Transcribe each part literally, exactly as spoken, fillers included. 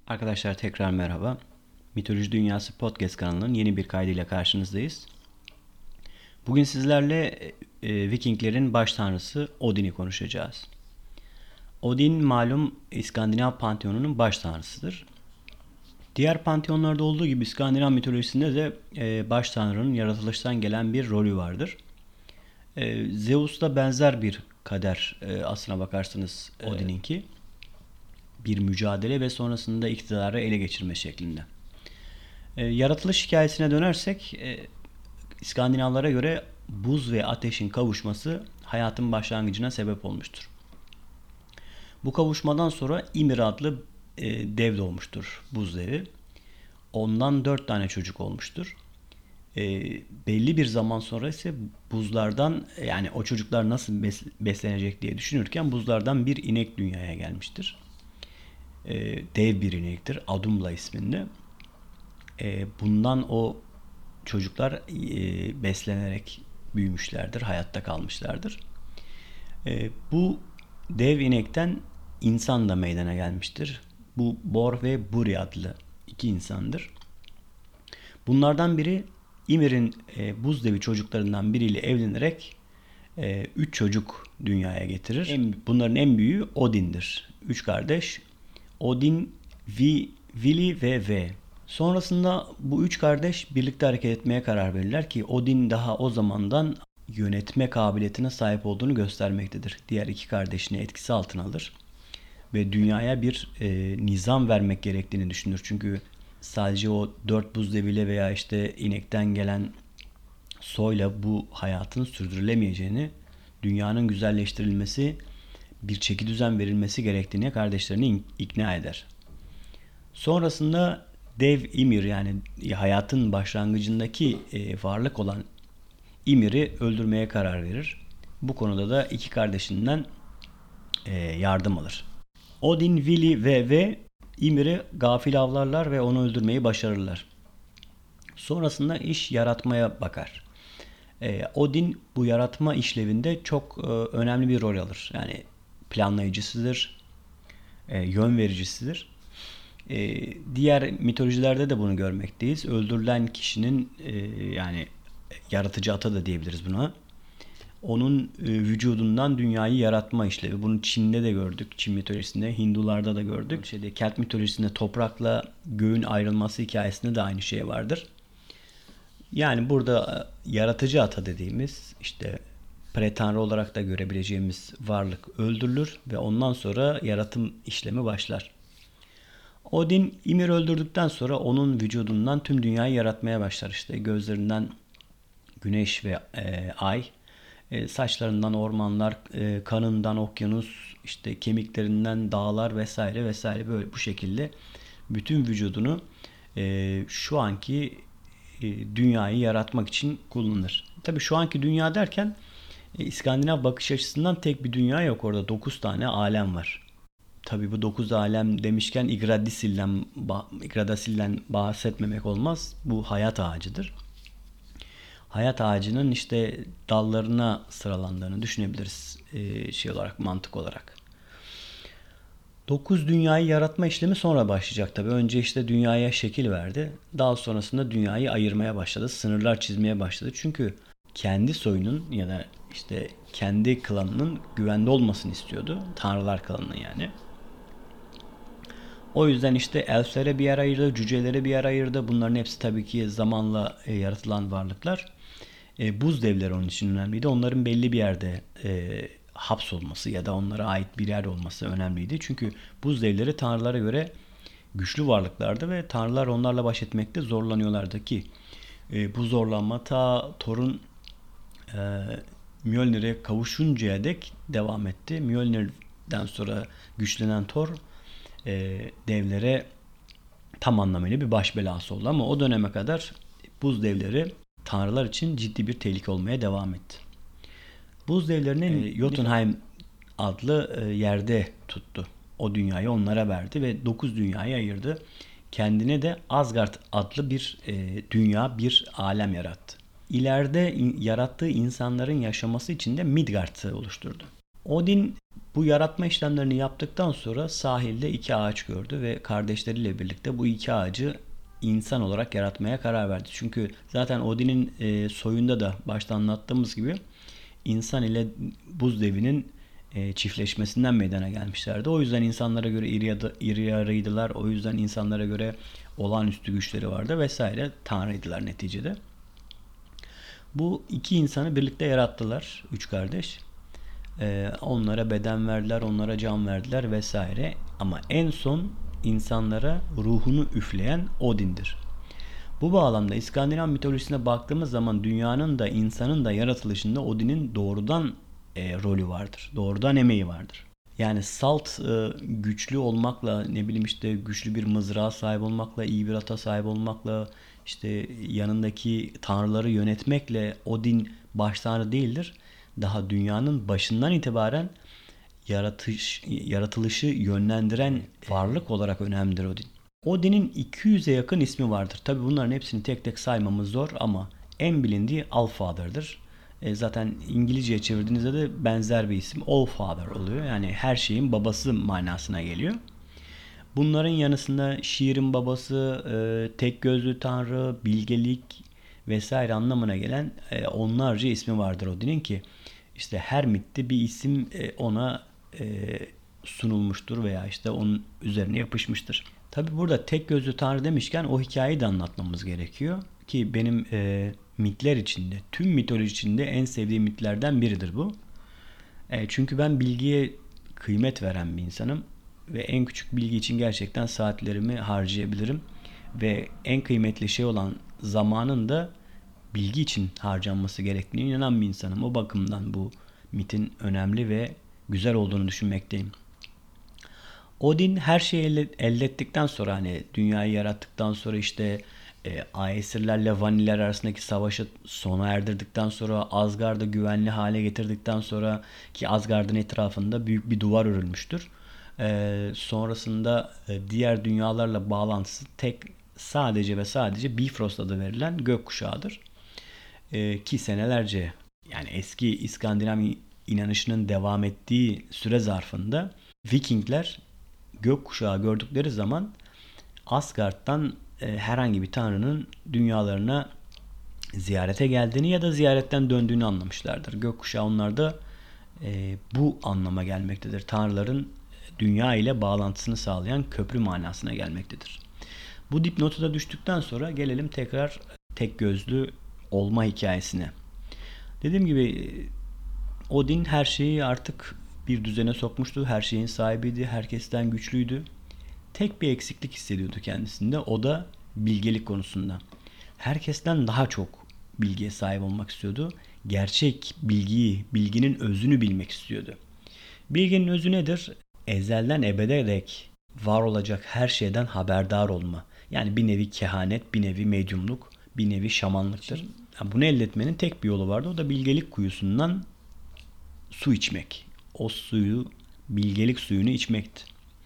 Arkadaşlar tekrar merhaba. Mitoloji Dünyası Podcast kanalının yeni bir kaydıyla karşınızdayız. Bugün sizlerle e, Vikinglerin baş tanrısı Odin'i konuşacağız. Odin malum İskandinav panteonunun baş tanrısıdır. Diğer panteonlarda olduğu gibi İskandinav mitolojisinde de e, baş tanrının yaratılıştan gelen bir rolü vardır. E, Zeus'la benzer bir kader e, aslına bakarsanız Odin'inki. Bir mücadele ve sonrasında iktidarı ele geçirme şeklinde. E, yaratılış hikayesine dönersek e, İskandinavlara göre buz ve ateşin kavuşması hayatın başlangıcına sebep olmuştur. Bu kavuşmadan sonra Ymir adlı e, dev doğmuştur, buz devi. Ondan dört tane çocuk olmuştur. E, belli bir zaman sonra ise buzlardan, yani o çocuklar nasıl bes- beslenecek diye düşünürken buzlardan bir inek dünyaya gelmiştir. E, dev bir inektir, Adumla isminde. E, bundan o çocuklar e, beslenerek büyümüşlerdir, hayatta kalmışlardır. E, bu dev inekten insan da meydana gelmiştir. Bu Bor ve Buri adlı iki insandır. Bunlardan biri Ymir'in e, buz devi çocuklarından biriyle evlenerek e, üç çocuk dünyaya getirir. En, bunların en büyüğü Odin'dir. Üç kardeş. Odin, Vi, Vili ve Ve. Sonrasında bu üç kardeş birlikte hareket etmeye karar verirler ki Odin daha o zamandan yönetme kabiliyetine sahip olduğunu göstermektedir. Diğer iki kardeşini etkisi altına alır ve dünyaya bir e, nizam vermek gerektiğini düşünür. Çünkü sadece o dört buz deviyle veya işte inekten gelen soyla bu hayatın sürdürülemeyeceğini, dünyanın güzelleştirilmesi, bir çekidüzen verilmesi gerektiğini kardeşlerini ikna eder. Sonrasında dev Ymir, yani hayatın başlangıcındaki e, varlık olan Ymir'i öldürmeye karar verir. Bu konuda da iki kardeşinden e, yardım alır. Odin, Vili ve Ve Ymir'i gafil avlarlar ve onu öldürmeyi başarırlar. Sonrasında iş yaratmaya bakar. E, Odin bu yaratma işlevinde çok e, önemli bir rol alır. Yani planlayıcısıdır, e, yön vericisidir. E, diğer mitolojilerde de bunu görmekteyiz. Öldürülen kişinin e, yani yaratıcı ata da diyebiliriz buna. Onun e, vücudundan dünyayı yaratma işlevi. Bunu Çin'de de gördük. Çin mitolojisinde, Hindularda da gördük. Şeyde, Kelt mitolojisinde toprakla göğün ayrılması hikayesinde de aynı şey vardır. Yani burada e, yaratıcı ata dediğimiz, işte pretanrı olarak da görebileceğimiz varlık öldürülür ve ondan sonra yaratım işlemi başlar. Odin Ymir'i öldürdükten sonra onun vücudundan tüm dünyayı yaratmaya başlar. İşte gözlerinden güneş ve e, ay, e, saçlarından ormanlar, e, kanından okyanus, işte kemiklerinden dağlar vesaire vesaire, böyle bu şekilde bütün vücudunu e, şu anki e, dünyayı yaratmak için kullanır. Tabii şu anki dünya derken e, İskandinav bakış açısından tek bir dünya yok, orada dokuz tane alem var. Tabii bu dokuz alem demişken Yggdrasil'den, Yggdrasil'den bahsetmemek olmaz. Bu hayat ağacıdır. Hayat ağacının işte dallarına sıralandığını düşünebiliriz e, şey olarak, mantık olarak. Dokuz dünyayı yaratma işlemi sonra başlayacak tabii. Önce işte dünyaya şekil verdi. Daha sonrasında dünyayı ayırmaya başladı. Sınırlar çizmeye başladı. Çünkü kendi soyunun ya da işte kendi klanının güvende olmasını istiyordu. Tanrılar klanının yani. O yüzden işte elflere bir yer ayırdı, cücelere bir yer ayırdı. Bunların hepsi tabii ki zamanla e, yaratılan varlıklar. E, buz devleri onun için önemliydi. Onların belli bir yerde e, hapsolması ya da onlara ait bir yer olması önemliydi. Çünkü buz devleri tanrılara göre güçlü varlıklardı ve tanrılar onlarla baş etmekte zorlanıyorlardı ki e, bu zorlanma ta Thor'un e, Mjolnir'e kavuşuncaya dek devam etti. Mjolnir'den sonra güçlenen Thor e, devlere tam anlamıyla bir baş belası oldu, ama o döneme kadar buz devleri tanrılar için ciddi bir tehlike olmaya devam etti. Buz devlerinin e, Jotunheim adlı e, yerde tuttu. O dünyayı onlara verdi ve dokuz dünyayı ayırdı. Kendine de Asgard adlı bir e, dünya, bir alem yarattı. İleride in, yarattığı insanların yaşaması için de Midgard'ı oluşturdu. Odin bu yaratma işlemlerini yaptıktan sonra sahilde iki ağaç gördü ve kardeşleriyle birlikte bu iki ağacı insan olarak yaratmaya karar verdi. Çünkü zaten Odin'in e, soyunda da başta anlattığımız gibi insan ile buz devinin e, çiftleşmesinden meydana gelmişlerdi. O yüzden insanlara göre iri, ya da, iri yarıydılar. O yüzden insanlara göre olağanüstü güçleri vardı vesaire. Tanrıydılar neticede. Bu iki insanı birlikte yarattılar. Üç kardeş. Ee, onlara beden verdiler, onlara can verdiler vesaire. Ama en son insanlara ruhunu üfleyen Odin'dir. Bu bağlamda İskandinav mitolojisine baktığımız zaman dünyanın da insanın da yaratılışında Odin'in doğrudan e, rolü vardır. Doğrudan emeği vardır. Yani salt e, güçlü olmakla, ne bileyim işte güçlü bir mızrağa sahip olmakla, iyi bir ata sahip olmakla, işte yanındaki tanrıları yönetmekle Odin baş tanrı değildir. Daha dünyanın başından itibaren yaratış, yaratılışı yönlendiren varlık olarak önemlidir Odin. Odin'in iki yüze yakın ismi vardır. Tabi bunların hepsini tek tek saymamız zor ama en bilindiği Allfather'dır. E, zaten İngilizceye çevirdiğinizde de benzer bir isim Allfather oluyor. Yani her şeyin babası manasına geliyor. Bunların yanısında şiirin babası, e, tek gözlü tanrı, bilgelik vesaire anlamına gelen e, onlarca ismi vardır Odin'in ki işte her mitte bir isim e, ona e, sunulmuştur veya işte onun üzerine yapışmıştır. Tabi burada tek gözlü tanrı demişken o hikayeyi de anlatmamız gerekiyor ki benim e, mitler içinde, tüm mitoloji içinde en sevdiğim mitlerden biridir bu. E, çünkü ben bilgiye kıymet veren bir insanım ve en küçük bilgi için gerçekten saatlerimi harcayabilirim ve en kıymetli şey olan zamanın da bilgi için harcanması gerektiğine inanan bir insanım. O bakımdan bu mitin önemli ve güzel olduğunu düşünmekteyim. Odin her şeyi elde ettikten sonra hani dünyayı yarattıktan sonra işte e, Aesirlerle Vaniler arasındaki savaşı sona erdirdikten sonra Asgard'ı güvenli hale getirdikten sonra ki Asgard'ın etrafında büyük bir duvar örülmüştür. E, sonrasında e, diğer dünyalarla bağlantısı tek sadece ve sadece Bifrost adı verilen gökkuşağıdır. E, ki senelerce yani eski İskandinav inanışının devam ettiği süre zarfında Vikingler gökkuşağı gördükleri zaman Asgard'dan e, herhangi bir tanrının dünyalarına ziyarete geldiğini ya da ziyaretten döndüğünü anlamışlardır. Gökkuşağı onlarda e, bu anlama gelmektedir. Tanrıların dünya ile bağlantısını sağlayan köprü manasına gelmektedir. Bu dipnotu da düştükten sonra gelelim tekrar tek gözlü olma hikayesine. Dediğim gibi Odin her şeyi artık bir düzene sokmuştu. Her şeyin sahibiydi. Herkesten güçlüydü. Tek bir eksiklik hissediyordu kendisinde. O da bilgelik konusunda. Herkesten daha çok bilgiye sahip olmak istiyordu. Gerçek bilgiyi, bilginin özünü bilmek istiyordu. Bilginin özü nedir? Ezelden ebede dek var olacak her şeyden haberdar olma. Yani bir nevi kehanet, bir nevi medyumluk, bir nevi şamanlıktır. Yani bunu elde etmenin tek bir yolu vardı. O da bilgelik kuyusundan su içmek. O suyu, bilgelik suyunu içmekti.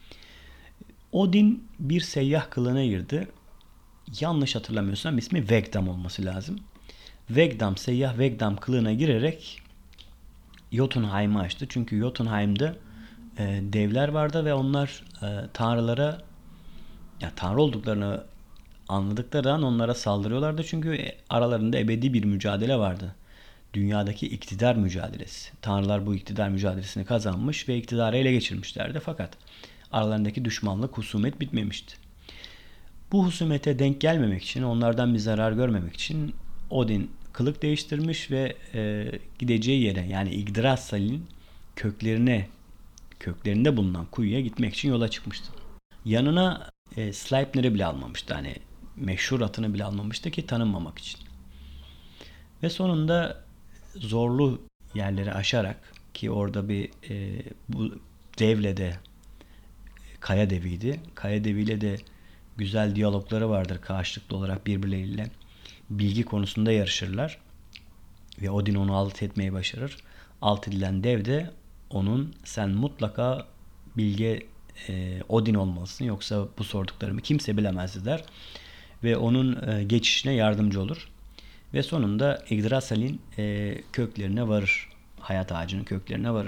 Odin bir seyyah kılığına girdi. Yanlış hatırlamıyorsam ismi Vegdam olması lazım. Vegdam, seyyah Vegdam kılığına girerek Jotunheim'i açtı. Çünkü Jotunheim'de e, devler vardı ve onlar e, tanrılara ya tanrı olduklarını anladıkları an onlara saldırıyorlardı. Çünkü aralarında ebedi bir mücadele vardı. Dünyadaki iktidar mücadelesi. Tanrılar bu iktidar mücadelesini kazanmış ve iktidarı ele geçirmişlerdi. Fakat aralarındaki düşmanlık, husumet bitmemişti. Bu husumete denk gelmemek için, onlardan bir zarar görmemek için Odin kılık değiştirmiş ve e, gideceği yere yani Yggdrasil'in köklerine köklerinde bulunan kuyuya gitmek için yola çıkmıştı. Yanına e, Sleipnir'i bile almamıştı. Hani meşhur atını bile almamıştı ki tanınmamak için. Ve sonunda zorlu yerleri aşarak ki orada bir e, bu devle de kaya deviydi. Kaya deviyle de güzel diyalogları vardır karşılıklı olarak birbirleriyle. Bilgi konusunda yarışırlar. Ve Odin onu alt etmeyi başarır. Alt edilen dev de onun sen mutlaka bilge e, Odin olmalısın yoksa bu sorduklarımı kimse bilemezdi der. Ve onun e, geçişine yardımcı olur. Ve sonunda Yggdrasil'in e, köklerine varır. Hayat ağacının köklerine varır.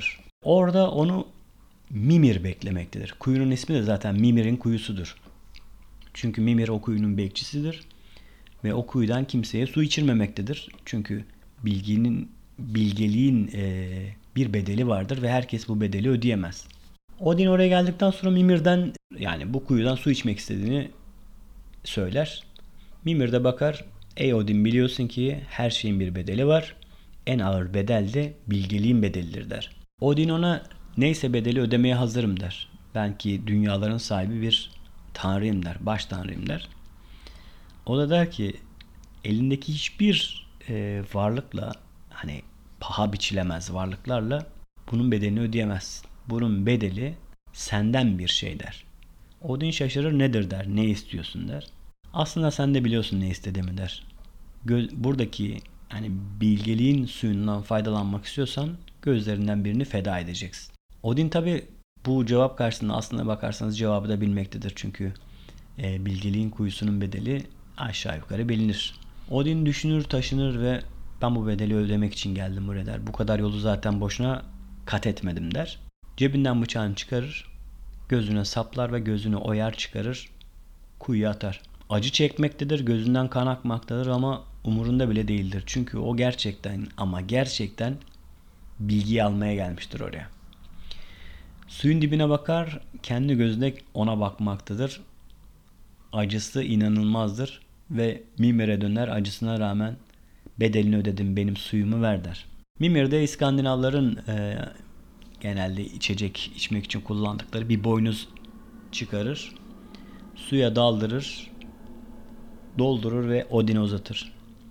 Orada onu Mimir beklemektedir. Kuyunun ismi de zaten Mimir'in kuyusudur. Çünkü Mimir o kuyunun bekçisidir ve o kuyudan kimseye su içirmemektedir. Çünkü bilginin bilgeliğin e, bir bedeli vardır ve herkes bu bedeli ödeyemez. Odin oraya geldikten sonra Mimir'den, yani bu kuyudan su içmek istediğini söyler. Mimir de bakar, ey Odin, biliyorsun ki her şeyin bir bedeli var. En ağır bedel de bilgeliğin bedelidir der. Odin ona neyse bedeli ödemeye hazırım der. Ben ki dünyaların sahibi bir tanrıyım der, baş tanrıyım der. O da der ki elindeki hiçbir e, varlıkla, hani paha biçilemez varlıklarla bunun bedelini ödeyemezsin. Bunun bedeli senden bir şey der. Odin şaşırır, nedir der, ne istiyorsun der. Aslında sen de biliyorsun ne istediğimi der. Gö- buradaki yani bilgeliğin suyundan faydalanmak istiyorsan gözlerinden birini feda edeceksin. Odin tabi bu cevap karşısında aslına bakarsanız cevabı da bilmektedir. Çünkü e, bilgeliğin kuyusunun bedeli aşağı yukarı bilinir. Odin düşünür taşınır ve ben bu bedeli ödemek için geldim buraya der. Bu kadar yolu zaten boşuna kat etmedim der. Cebinden bıçağını çıkarır, gözüne saplar ve gözünü oyar çıkarır, kuyuya atar. Acı çekmektedir, gözünden kan akmaktadır ama umurunda bile değildir. Çünkü o gerçekten ama gerçekten bilgiyi almaya gelmiştir oraya. Suyun dibine bakar, kendi gözüne ona bakmaktadır. Acısı inanılmazdır ve Mimir'e döner, acısına rağmen bedelini ödedim, benim suyumu ver der. Mimir de İskandinavların e, genelde içecek içmek için kullandıkları bir boynuz çıkarır. Suya daldırır, doldurur ve Odin'e uzatır.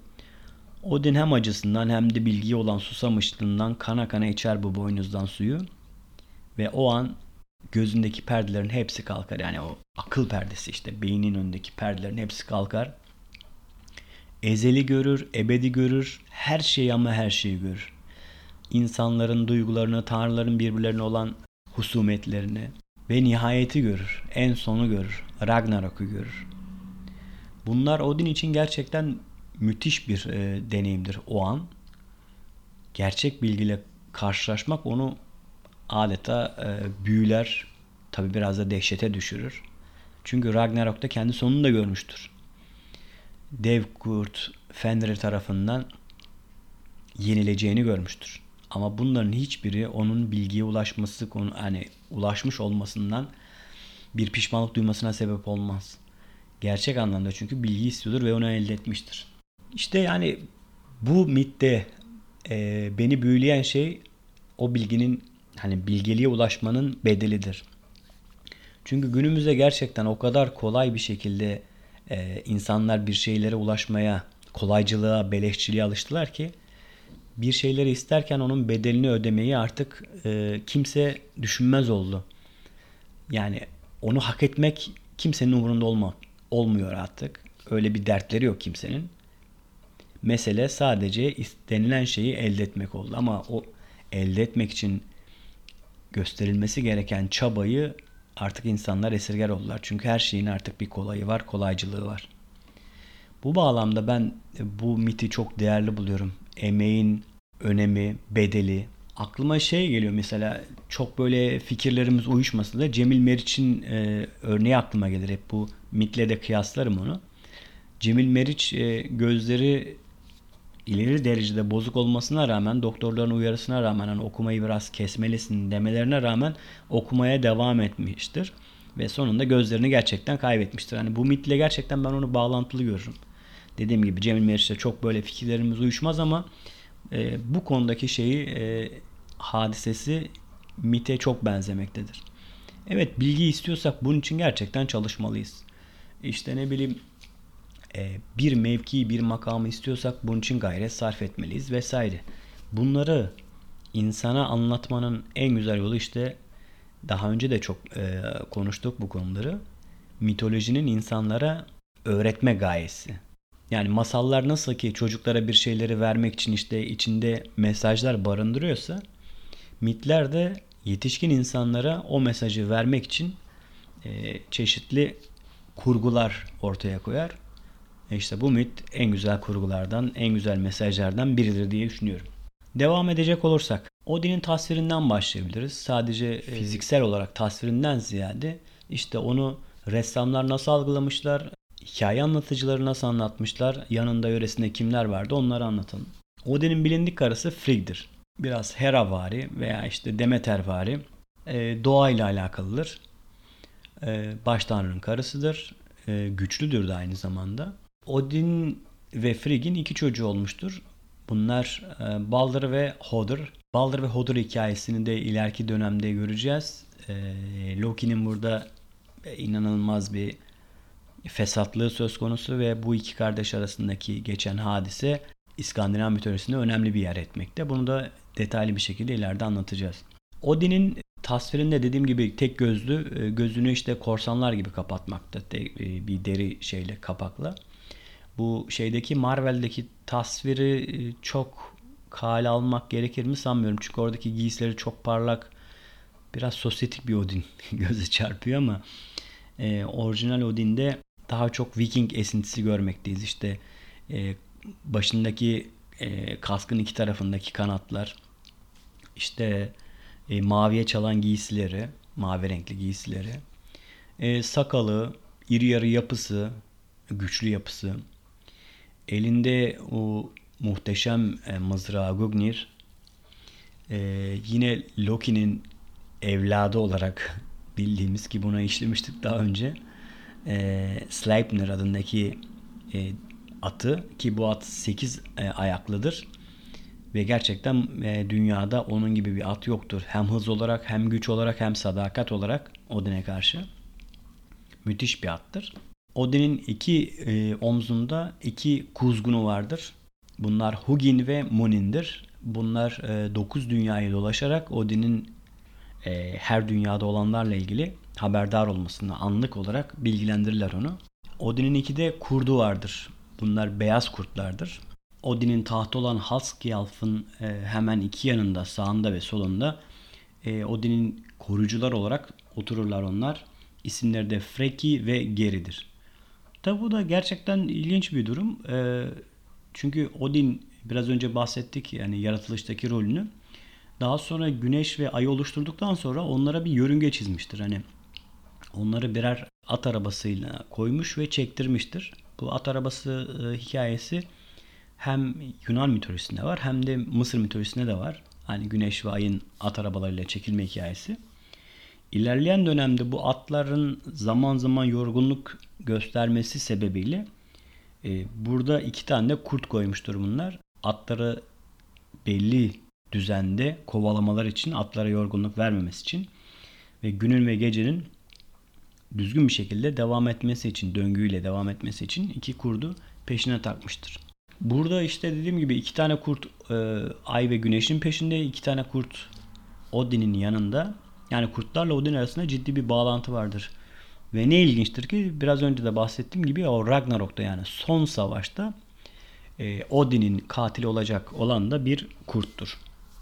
Odin hem acısından hem de bilgiye olan susamışlığından kana kana içer bu boynuzdan suyu. Ve o an gözündeki perdelerin hepsi kalkar. Yani o akıl perdesi, işte beynin önündeki perdelerin hepsi kalkar. Ezeli görür, ebedi görür, her şeyi ama her şeyi görür. İnsanların duygularını, tanrıların birbirlerine olan husumetlerini ve nihayeti görür. En sonu görür. Ragnarok'u görür. Bunlar Odin için gerçekten müthiş bir e, deneyimdir o an. Gerçek bilgiyle karşılaşmak onu adeta e, büyüler, tabi biraz da dehşete düşürür. Çünkü Ragnarok'ta kendi sonunu da görmüştür. Dev kurt Fenrir tarafından yenileceğini görmüştür. Ama bunların hiçbiri onun bilgiye ulaşması, hani ulaşmış olmasından bir pişmanlık duymasına sebep olmaz. Gerçek anlamda çünkü bilgi istiyordur ve onu elde etmiştir. İşte yani bu mitte e, beni büyüleyen şey o bilginin, hani bilgeliğe ulaşmanın bedelidir. Çünkü günümüzde gerçekten o kadar kolay bir şekilde e, insanlar bir şeylere ulaşmaya, kolaycılığa, beleşçiliğe alıştılar ki bir şeyleri isterken onun bedelini ödemeyi artık e, kimse düşünmez oldu. Yani onu hak etmek kimsenin umurunda olma, olmuyor artık. Öyle bir dertleri yok kimsenin. Mesele sadece istenilen şeyi elde etmek oldu. Ama o elde etmek için gösterilmesi gereken çabayı artık insanlar esirger oldular. Çünkü her şeyin artık bir kolayı var, kolaycılığı var. Bu bağlamda ben bu miti çok değerli buluyorum. Emeğin önemi, bedeli. Aklıma şey geliyor mesela, çok böyle fikirlerimiz uyuşmasa da Cemil Meriç'in e, örneği aklıma gelir. Hep bu mitle de kıyaslarım onu. Cemil Meriç e, gözleri ileri derecede bozuk olmasına rağmen, doktorların uyarısına rağmen, hani okumayı biraz kesmelisin demelerine rağmen okumaya devam etmiştir. Ve sonunda gözlerini gerçekten kaybetmiştir. Hani bu mitle gerçekten ben onu bağlantılı görürüm. Dediğim gibi Cemil Meriç'te çok böyle fikirlerimiz uyuşmaz ama e, bu konudaki şeyi e, hadisesi mite çok benzemektedir. Evet, bilgi istiyorsak bunun için gerçekten çalışmalıyız. İşte ne bileyim, bir mevki, bir makamı istiyorsak bunun için gayret sarf etmeliyiz vesaire. Bunları insana anlatmanın en güzel yolu, işte daha önce de çok e, konuştuk bu konuları. Mitolojinin insanlara öğretme gayesi. Yani masallar nasıl ki çocuklara bir şeyleri vermek için işte içinde mesajlar barındırıyorsa, mitler de yetişkin insanlara o mesajı vermek için e, çeşitli kurgular ortaya koyar. İşte bu mit en güzel kurgulardan, en güzel mesajlardan biridir diye düşünüyorum. Devam edecek olursak, Odin'in tasvirinden başlayabiliriz. Sadece e, fiziksel olarak tasvirinden ziyade işte onu ressamlar nasıl algılamışlar, hikaye anlatıcıları nasıl anlatmışlar, yanında yöresinde kimler vardı onları anlatalım. Odin'in bilindik karısı Frigg'dir. Biraz Heravari veya işte Demetervari e, doğayla alakalıdır. E, baş tanrının karısıdır. E, güçlüdür de aynı zamanda. Odin ve Frigg'in iki çocuğu olmuştur. Bunlar e, Balder ve Hodor. Balder ve Hodor hikayesini de ileriki dönemde göreceğiz. E, Loki'nin burada inanılmaz bir fesatlığı söz konusu ve bu iki kardeş arasındaki geçen hadise İskandinav mitolojisinde önemli bir yer etmekte. Bunu da detaylı bir şekilde ileride anlatacağız. Odin'in tasvirinde dediğim gibi tek gözlü, gözünü işte korsanlar gibi kapatmakta, bir deri şeyle, kapakla. Bu şeydeki Marvel'deki tasviri çok kale almak gerekir mi sanmıyorum. Çünkü oradaki giysileri çok parlak, biraz sosyetik bir Odin göze çarpıyor ama e, orijinal Odin'de daha çok Viking esintisi görmekteyiz. İşte e, başındaki e, kaskın iki tarafındaki kanatlar, işte e, maviye çalan giysileri, mavi renkli giysileri, e, sakalı, iri yarı yapısı, güçlü yapısı, elinde o muhteşem e, mızrağı Gungnir, e, yine Loki'nin evladı olarak bildiğimiz ki buna işlemiştik daha önce. E, Sleipnir adındaki e, atı ki bu at sekiz e, ayaklıdır ve gerçekten e, dünyada onun gibi bir at yoktur. Hem hız olarak hem güç olarak hem sadakat olarak Odin'e karşı müthiş bir attır. Odin'in iki e, omzunda iki kuzgunu vardır. Bunlar Hugin ve Munin'dir. Bunlar e, dokuz dünyayı dolaşarak Odin'in e, her dünyada olanlarla ilgili haberdar olmasını anlık olarak bilgilendirirler onu. Odin'in iki de kurdu vardır. Bunlar beyaz kurtlardır. Odin'in tahtı olan Halskjalf'ın e, hemen iki yanında, sağında ve solunda e, Odin'in koruyucular olarak otururlar onlar. İsimleri de Freki ve Geri'dir. Tabi bu da gerçekten ilginç bir durum. E, çünkü Odin biraz önce bahsettik yani yaratılıştaki rolünü. Daha sonra güneş ve ayı oluşturduktan sonra onlara bir yörünge çizmiştir. Hani onları birer at arabasıyla koymuş ve çektirmiştir. Bu at arabası e, hikayesi hem Yunan mitolojisinde var hem de Mısır mitolojisinde de var. Hani güneş ve ayın at arabalarıyla çekilme hikayesi. İlerleyen dönemde bu atların zaman zaman yorgunluk göstermesi sebebiyle e, burada iki tane de kurt koymuştur bunlar. Atları belli düzende kovalamalar için, atlara yorgunluk vermemesi için ve günün ve gecenin düzgün bir şekilde devam etmesi için, döngüyle devam etmesi için iki kurdu peşine takmıştır. Burada işte dediğim gibi iki tane kurt e, ay ve güneşin peşinde, iki tane kurt Odin'in yanında. Yani kurtlarla Odin arasında ciddi bir bağlantı vardır. Ve ne ilginçtir ki biraz önce de bahsettiğim gibi o Ragnarok'ta yani son savaşta e, Odin'in katili olacak olan da bir kurttur.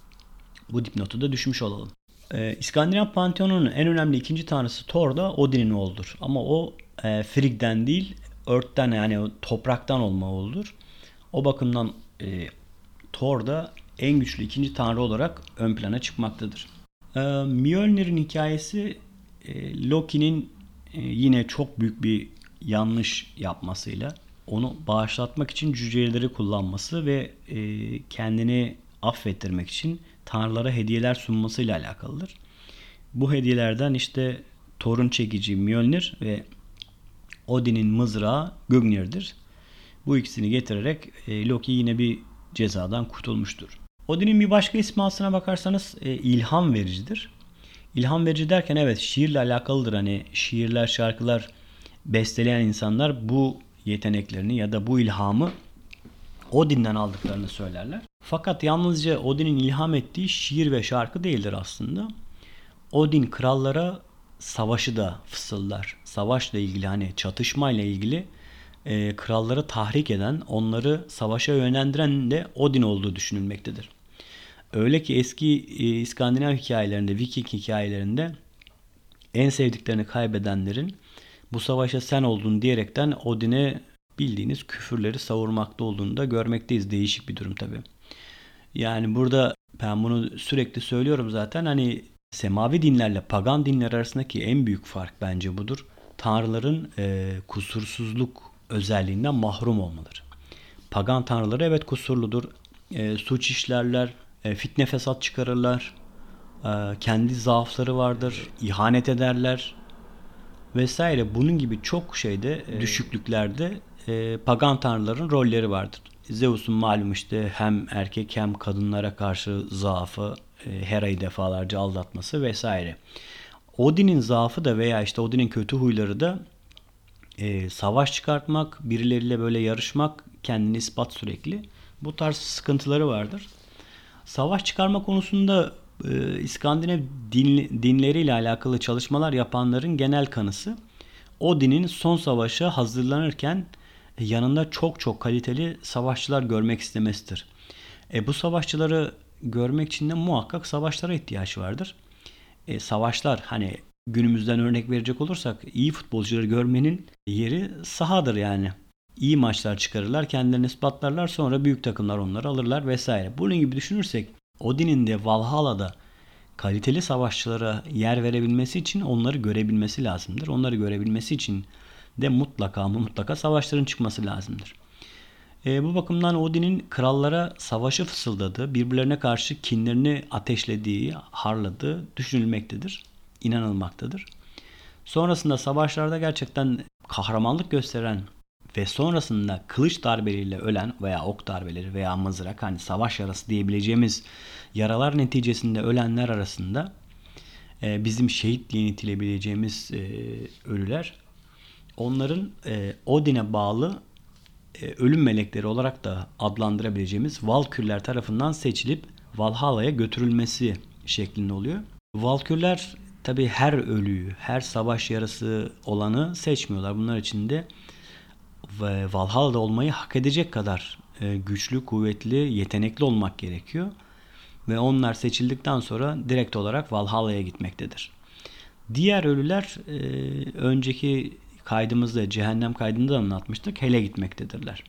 Bu dipnotu da düşmüş olalım. Ee, İskandinav Panteonu'nun en önemli ikinci tanrısı Thor da Odin'in oğludur. Ama o e, Frigg'den değil, Earth'ten yani o topraktan olma oğludur. O bakımdan e, Thor da en güçlü ikinci tanrı olarak ön plana çıkmaktadır. E, Mjolnir'in hikayesi e, Loki'nin e, yine çok büyük bir yanlış yapmasıyla onu bağışlatmak için cüceleri kullanması ve e, kendini affettirmek için tanrılara hediyeler sunmasıyla alakalıdır. Bu hediyelerden işte Thor'un çekici Mjolnir ve Odin'in mızrağı Gungnir'dir. Bu ikisini getirerek e, Loki yine bir cezadan kurtulmuştur. Odin'in bir başka ismi aslına bakarsanız e, ilham vericidir. İlham verici derken evet şiirle alakalıdır. Hani şiirler, şarkılar besteleyen insanlar bu yeteneklerini ya da bu ilhamı Odin'den aldıklarını söylerler. Fakat yalnızca Odin'in ilham ettiği şiir ve şarkı değildir aslında. Odin krallara savaşı da fısıldar. Savaşla ilgili hani çatışmayla ilgili e, kralları tahrik eden, onları savaşa yönlendiren de Odin olduğu düşünülmektedir. Öyle ki eski e, İskandinav hikayelerinde, Viking hikayelerinde en sevdiklerini kaybedenlerin bu savaşa sen oldun diyerekten Odin'e bildiğiniz küfürleri savurmakta olduğunu da görmekteyiz. Değişik bir durum tabi. Yani burada Ben bunu sürekli söylüyorum zaten. Hani semavi dinlerle pagan dinler arasındaki en büyük fark bence budur. Tanrıların e, kusursuzluk özelliğinden mahrum olmaları. Pagan tanrıları evet kusurludur. E, suç işlerler, e, fitne fesat çıkarırlar. E, kendi zaafları vardır. İhanet ederler vesaire. Bunun gibi çok şeyde e, düşüklüklerde e, pagan tanrıların rolleri vardır. Zeus'un malum işte hem erkek hem kadınlara karşı zaafı, e, Hera'yı defalarca aldatması vesaire. Odin'in zaafı da veya işte Odin'in kötü huyları da e, savaş çıkartmak, birileriyle böyle yarışmak, kendini ispat sürekli. Bu tarz sıkıntıları vardır. Savaş çıkarma konusunda e, İskandinav din, dinleriyle alakalı çalışmalar yapanların genel kanısı Odin'in son savaşa hazırlanırken yanında çok çok kaliteli savaşçılar görmek istemesidir. E, bu savaşçıları görmek için de muhakkak savaşlara ihtiyaç vardır. E, savaşlar hani günümüzden örnek verecek olursak iyi futbolcuları görmenin yeri sahadır yani. İyi maçlar çıkarırlar, kendilerini ispatlarlar, sonra büyük takımlar onları alırlar vesaire. Bunun gibi düşünürsek Odin'in de Valhalla'da kaliteli savaşçılara yer verebilmesi için onları görebilmesi lazımdır. Onları görebilmesi için de mutlaka ama mutlaka savaşların çıkması lazımdır. E, bu bakımdan Odin'in krallara savaşı fısıldadığı, birbirlerine karşı kinlerini ateşlediği, harladığı düşünülmektedir, inanılmaktadır. Sonrasında savaşlarda gerçekten kahramanlık gösteren ve sonrasında kılıç darbeleriyle ölen veya ok darbeleri veya mızrak, hani savaş yarası diyebileceğimiz yaralar neticesinde ölenler arasında e, bizim şehit diye niteleyebileceğimiz e, ölüler, onların e, Odin'e bağlı e, ölüm melekleri olarak da adlandırabileceğimiz Valkürler tarafından seçilip Valhalla'ya götürülmesi şeklinde oluyor. Valkürler tabi her ölüyü, her savaş yarası olanı seçmiyorlar. Bunlar için de Valhalla'da olmayı hak edecek kadar e, güçlü, kuvvetli, yetenekli olmak gerekiyor. Ve onlar seçildikten sonra direkt olarak Valhalla'ya gitmektedir. Diğer ölüler e, önceki kaydımızda, cehennem kaydında da anlatmıştık, Hel'e gitmektedirler.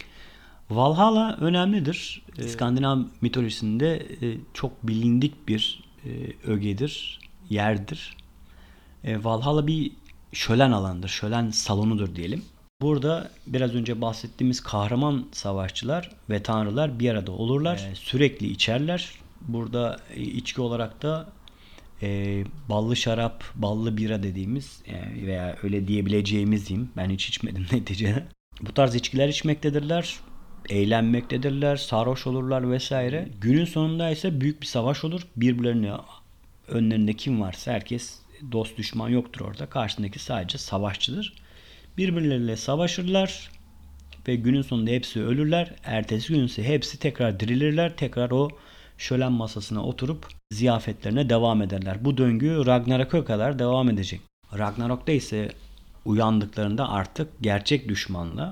Valhalla önemlidir. E, İskandinav mitolojisinde e, çok bilindik bir e, ögedir, yerdir. E, Valhalla bir şölen alanıdır, şölen salonudur diyelim. Burada biraz önce bahsettiğimiz kahraman savaşçılar ve tanrılar bir arada olurlar. Ee, sürekli içerler. Burada e, içki olarak da e, ballı şarap, ballı bira dediğimiz e, veya öyle diyebileceğimiz diyeyim. Ben hiç içmedim neticede. Bu tarz içkiler içmektedirler. Eğlenmektedirler. Sarhoş olurlar vesaire. Günün sonunda ise büyük bir savaş olur. Birbirlerine önlerinde kim varsa herkes, dost düşman yoktur orada. Karşısındaki sadece savaşçıdır. Birbirleriyle savaşırlar ve günün sonunda hepsi ölürler. Ertesi gün ise hepsi tekrar dirilirler. Tekrar o şölen masasına oturup ziyafetlerine devam ederler. Bu döngü Ragnarok'a kadar devam edecek. Ragnarok'ta ise uyandıklarında artık gerçek düşmanla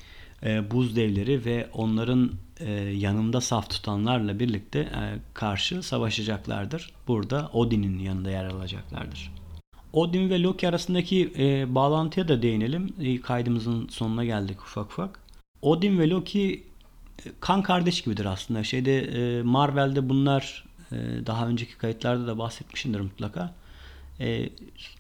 e, buz devleri ve onların e, yanında saf tutanlarla birlikte e, karşı savaşacaklardır. Burada Odin'in yanında yer alacaklardır. Odin ve Loki arasındaki e, bağlantıya da değinelim. E, kaydımızın sonuna geldik ufak ufak. Odin ve Loki e, kan kardeş gibidir aslında. Şeyde e, Marvel'de bunlar e, daha önceki kayıtlarda da bahsetmişimdir mutlaka. E,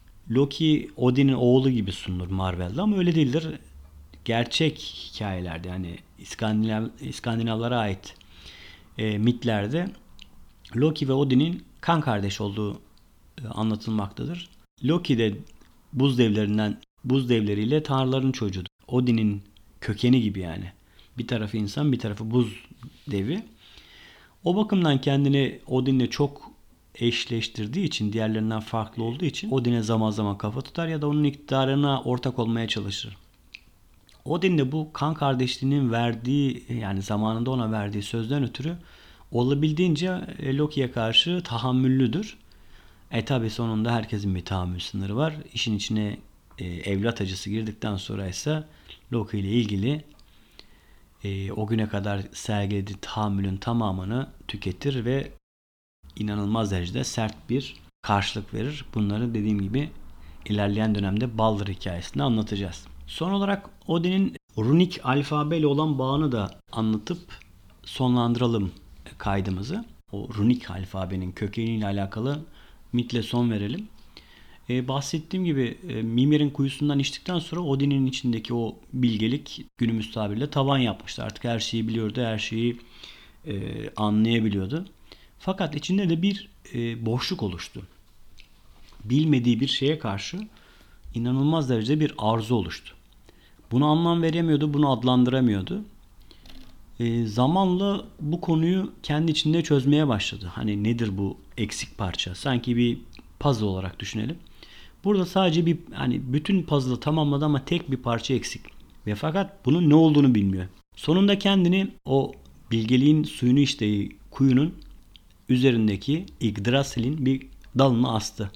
Loki Odin'in oğlu gibi sunulur Marvel'de ama öyle değildir. Gerçek hikayelerde yani İskandinav, İskandinavlara ait e, mitlerde Loki ve Odin'in kan kardeş olduğu e, anlatılmaktadır. Loki de buz devlerinden, buz devleriyle tanrıların çocuğudur. Odin'in kökeni gibi yani. Bir tarafı insan, bir tarafı buz devi. O bakımdan kendini Odin'le çok eşleştirdiği için, diğerlerinden farklı olduğu için Odin'e zaman zaman kafa tutar ya da onun iktidarına ortak olmaya çalışır. Odin de bu kan kardeşliğinin verdiği, yani zamanında ona verdiği sözden ötürü olabildiğince Loki'ye karşı tahammüllüdür. E tabi sonunda herkesin bir tahammül sınırı var. İşin içine e, evlat acısı girdikten sonra ise Loki ile ilgili e, o güne kadar sergilediği tahammülün tamamını tüketir ve inanılmaz derecede sert bir karşılık verir. Bunları dediğim gibi ilerleyen dönemde Baldur hikayesinde anlatacağız. Son olarak Odin'in runik alfabeyle olan bağını da anlatıp sonlandıralım kaydımızı. o runik alfabenin kökeniyle alakalı mitle son verelim. Ee, bahsettiğim gibi e, Mimir'in kuyusundan içtikten sonra Odin'in içindeki o bilgelik günümüz tabiriyle tavan yapmıştı. Artık her şeyi biliyordu, her şeyi e, anlayabiliyordu. Fakat içinde de bir e, boşluk oluştu. Bilmediği bir şeye karşı inanılmaz derecede bir arzu oluştu. Bunu anlam veremiyordu, bunu adlandıramıyordu. E, zamanla bu konuyu kendi içinde çözmeye başladı. Hani nedir bu eksik parça? Sanki bir puzzle olarak düşünelim. Burada sadece bir hani bütün puzzle'ı tamamladı ama tek bir parça eksik. Ve fakat bunun ne olduğunu bilmiyor. Sonunda kendini o bilgeliğin suyunu içtiği kuyunun üzerindeki Yggdrasil'in bir dalına astı.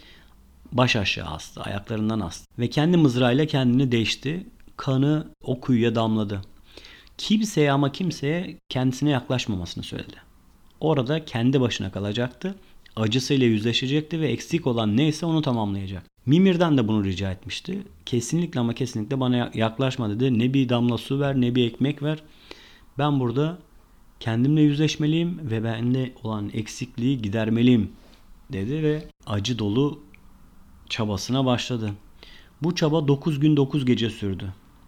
Baş aşağı astı, ayaklarından astı. Ve kendi mızrağıyla kendini deşti. Kanı o kuyuya damladı. Kimseye ama kimseye kendisine yaklaşmamasını söyledi. Orada kendi başına kalacaktı. Acısıyla yüzleşecekti ve eksik olan neyse onu tamamlayacak. Mimir'den de bunu rica etmişti. Kesinlikle ama kesinlikle bana yaklaşma dedi. Ne bir damla su ver, ne bir ekmek ver. Ben burada kendimle yüzleşmeliyim ve bende olan eksikliği gidermeliyim dedi ve acı dolu çabasına başladı. Bu çaba dokuz gün dokuz gece sürdü.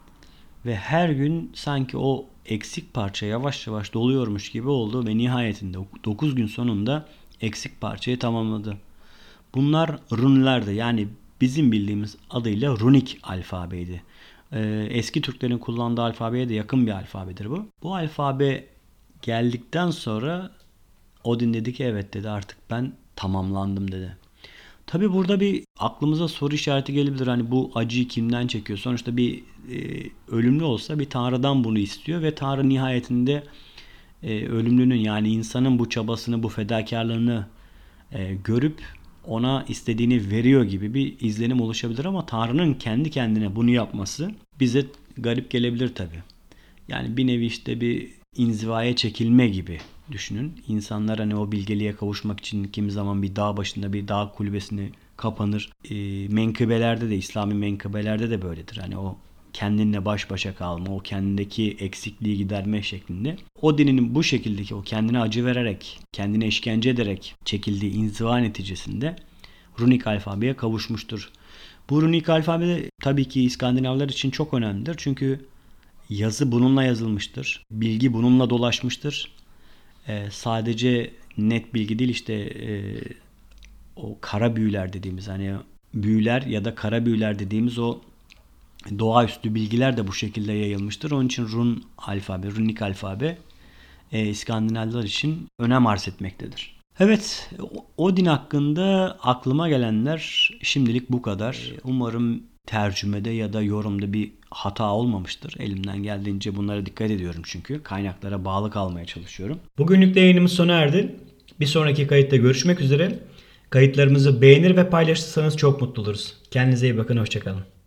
Ve her gün sanki o eksik parça yavaş yavaş doluyormuş gibi oldu ve nihayetinde dokuz gün sonunda eksik parçayı tamamladı. Bunlar runlerdi, yani bizim bildiğimiz adıyla runik alfabeydi. Ee, eski Türklerin kullandığı alfabeye de yakın bir alfabedir bu. Bu alfabe geldikten sonra Odin dedi ki evet dedi, artık ben tamamlandım dedi. Tabi burada bir aklımıza soru işareti gelebilir. Hani bu acıyı kimden çekiyor? Sonuçta bir e, ölümlü olsa bir tanrıdan bunu istiyor ve tanrı nihayetinde e, ölümlünün, yani insanın bu çabasını, bu fedakarlığını e, görüp ona istediğini veriyor gibi bir izlenim oluşabilir ama tanrının kendi kendine bunu yapması bize garip gelebilir tabi. Yani bir nevi işte bir inzivaya çekilme gibi düşünün. İnsanlar hani o bilgeliğe kavuşmak için kimi zaman bir dağ başında bir dağ kulübesine kapanır. E, menkıbelerde de, İslami menkıbelerde de böyledir. Hani o kendinle baş başa kalma, o kendindeki eksikliği giderme şeklinde. O dinin bu şekildeki, o kendine acı vererek, kendine işkence ederek çekildiği inziva neticesinde runik alfabeye kavuşmuştur. Bu runik alfabe de tabii ki İskandinavlar için çok önemlidir. Çünkü yazı bununla yazılmıştır. Bilgi bununla dolaşmıştır. Ee, sadece net bilgi değil, işte e, o kara büyüler dediğimiz, hani büyüler ya da kara büyüler dediğimiz o doğaüstü bilgiler de bu şekilde yayılmıştır. Onun için run alfabe, runik alfabe e, İskandinavlar için önem arz etmektedir. Evet, Odin hakkında aklıma gelenler şimdilik bu kadar. Umarım tercümede ya da yorumda bir hata olmamıştır. Elimden geldiğince bunlara dikkat ediyorum çünkü. Kaynaklara bağlı kalmaya çalışıyorum. Bugünlük de yayınımız sona erdi. Bir sonraki kayıtta görüşmek üzere. Kayıtlarımızı beğenir ve paylaşırsanız çok mutlu oluruz. Kendinize iyi bakın, hoşçakalın.